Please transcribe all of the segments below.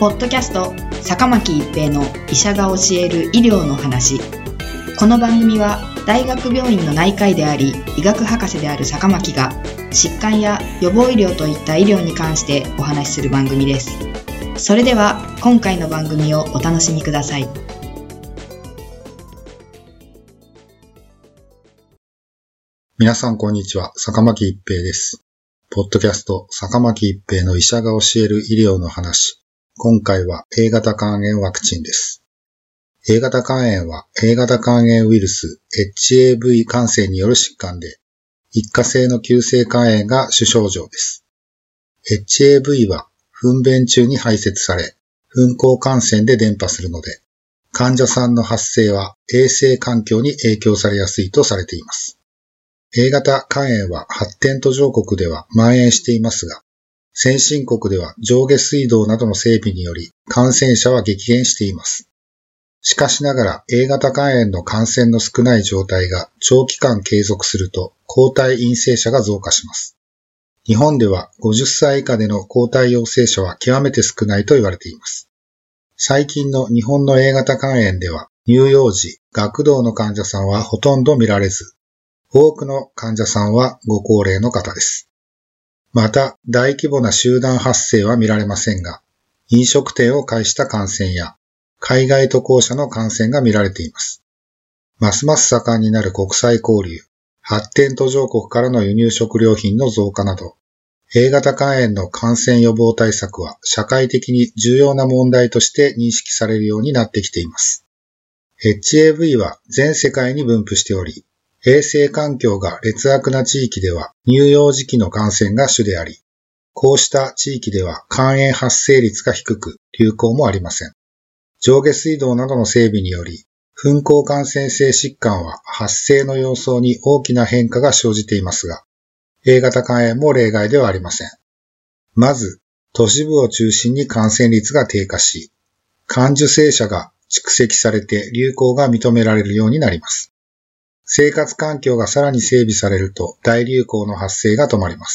ポッドキャスト坂巻一平の医者が教える医療の話。この番組は大学病院の内科医であり医学博士である坂巻が疾患や予防医療といった医療に関してお話しする番組です。それでは今回の番組をお楽しみください。 皆さんこんにちは、坂巻一平です。ポッドキャスト坂巻一平の医者が教える医療の話。今回は A 型肝炎ワクチンです。A 型肝炎は A 型肝炎ウイルス HAV 感染による疾患で、一過性の急性肝炎が主症状です。HAV は糞便中に排泄され、糞口感染で伝播するので、患者さんの発生は衛生環境に影響されやすいとされています。A 型肝炎は発展途上国では蔓延していますが、先進国では上下水道などの整備により感染者は激減しています。しかしながら A 型肝炎の感染の少ない状態が長期間継続すると抗体陰性者が増加します。日本では50歳以下での抗体陽性者は極めて少ないと言われています。最近の日本の A 型肝炎では乳幼児、学童の患者さんはほとんど見られず、多くの患者さんはご高齢の方です。また、大規模な集団発生は見られませんが、飲食店を介した感染や、海外渡航者の感染が見られています。ますます盛んになる国際交流、発展途上国からの輸入食料品の増加など、A 型肝炎の感染予防対策は社会的に重要な問題として認識されるようになってきています。HAV は全世界に分布しており、衛生環境が劣悪な地域では乳幼児期の感染が主であり、こうした地域では肝炎発生率が低く流行もありません。上下水道などの整備により、糞口感染性疾患は発生の様相に大きな変化が生じていますが、A 型肝炎も例外ではありません。まず、都市部を中心に感染率が低下し、感受性者が蓄積されて流行が認められるようになります。生活環境がさらに整備されると大流行の発生が止まります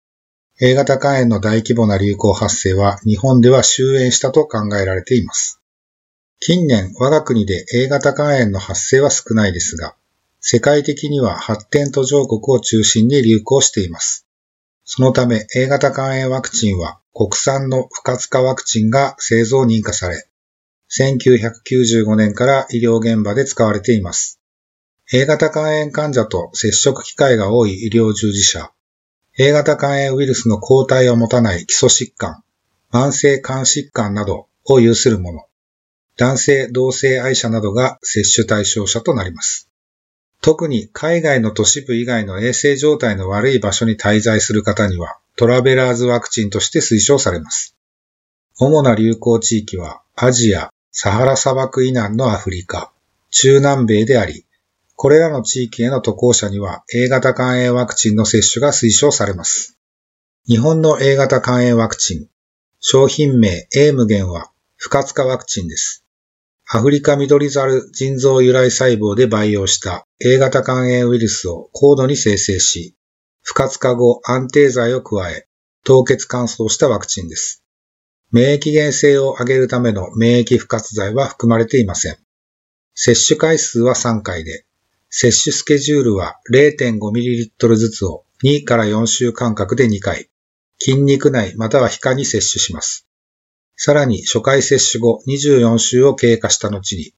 。A 型肝炎の大規模な流行発生は日本では終焉したと考えられています。近年我が国で A 型肝炎の発生は少ないですが、世界的には発展途上国を中心に流行しています。そのため A 型肝炎ワクチンは国産の不活化ワクチンが製造認可され、1995年から医療現場で使われています。A 型肝炎患者と接触機会が多い医療従事者、A 型肝炎ウイルスの抗体を持たない基礎疾患、慢性肝疾患などを有する者、男性同性愛者などが接種対象者となります。特に海外の都市部以外の衛生状態の悪い場所に滞在する方にはトラベラーズワクチンとして推奨されます。主な流行地域はアジア、サハラ砂漠以南のアフリカ、中南米であり、これらの地域への渡航者には A 型肝炎ワクチンの接種が推奨されます。日本の A 型肝炎ワクチン、商品名 A 無限は不活化ワクチンです。アフリカミドリザル腎臓由来細胞で培養した A 型肝炎ウイルスを高度に生成し、不活化後安定剤を加え、凍結乾燥したワクチンです。免疫原性を上げるための免疫不活剤は含まれていません。接種回数は3回で、接種スケジュールは 0.5ml ずつを2から4週間隔で2回、筋肉内または皮下に接種します。さらに初回接種後24週を経過した後に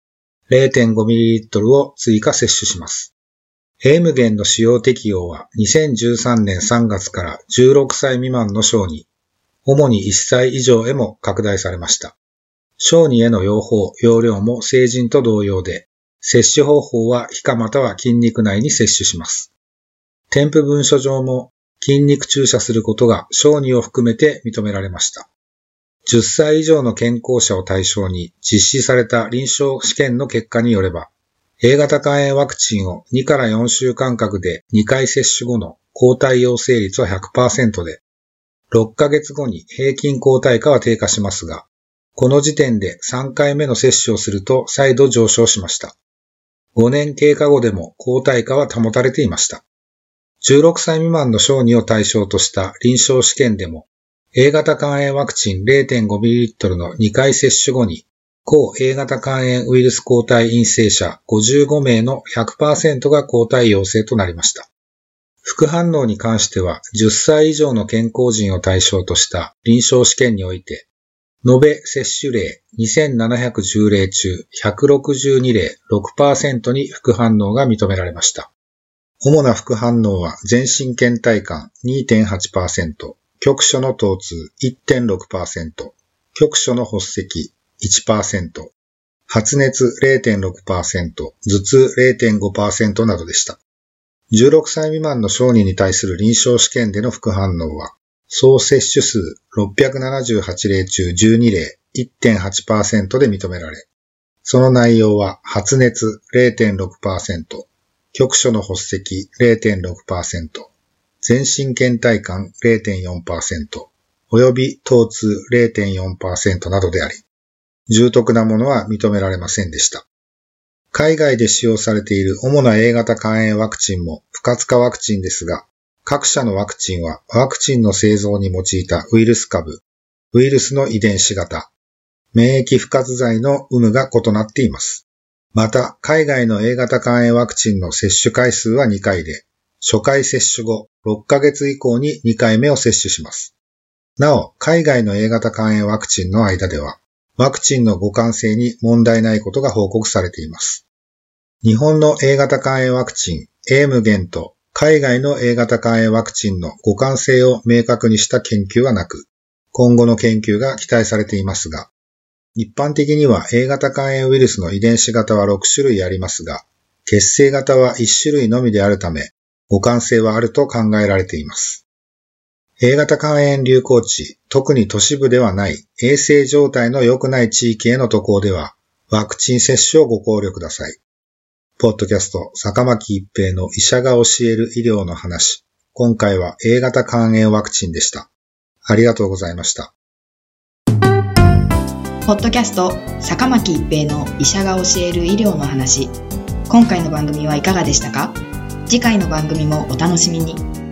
0.5ml を追加接種します。A 無限の使用適用は2013年3月から16歳未満の小児、主に1歳以上へも拡大されました。小児への用法、用量も成人と同様で、接種方法は皮下または筋肉内に接種します。添付文書上も筋肉注射することが小児を含めて認められました。10歳以上の健康者を対象に実施された臨床試験の結果によれば、A 型肝炎ワクチンを2から4週間隔で2回接種後の抗体陽性率は 100% で、6ヶ月後に平均抗体価は低下しますが、この時点で3回目の接種をすると再度上昇しました。5年経過後でも抗体価は保たれていました。16歳未満の小児を対象とした臨床試験でも A 型肝炎ワクチン 0.5ml の2回接種後に、抗 A 型肝炎ウイルス抗体陰性者55名の 100% が抗体陽性となりました。副反応に関しては、10歳以上の健康人を対象とした臨床試験において、延べ接種例2710例中162例 6% に副反応が認められました。主な副反応は全身倦怠感 2.8%、局所の疼痛 1.6%、局所の発赤 1%、発熱 0.6%、頭痛 0.5% などでした。16歳未満の小児に対する臨床試験での副反応は、総接種数678例中12例 1.8% で認められ、その内容は発熱 0.6%、局所の発赤 0.6%、全身倦怠感 0.4%、および疼痛 0.4% などであり、重篤なものは認められませんでした。海外で使用されている主な A 型肝炎ワクチンも不活化ワクチンですが、各社のワクチンはワクチンの製造に用いたウイルス株、ウイルスの遺伝子型、免疫不活剤の有無が異なっています。また、海外の A 型肝炎ワクチンの接種回数は2回で、初回接種後6ヶ月以降に2回目を接種します。なお、海外の A 型肝炎ワクチンの間では、ワクチンの互換性に問題ないことが報告されています。日本の A 型肝炎ワクチン A 無限と海外の A 型肝炎ワクチンの互換性を明確にした研究はなく、今後の研究が期待されていますが、一般的には A 型肝炎ウイルスの遺伝子型は6種類ありますが、血清型は1種類のみであるため、互換性はあると考えられています。A 型肝炎流行地、特に都市部ではない衛生状態の良くない地域への渡航では、ワクチン接種をご考慮ください。ポッドキャスト、坂巻一平の医者が教える医療の話。今回は A 型肝炎ワクチンでした。ありがとうございました。 ポッドキャスト、坂巻一平の医者が教える医療の話。今回の番組はいかがでしたか？次回の番組もお楽しみに。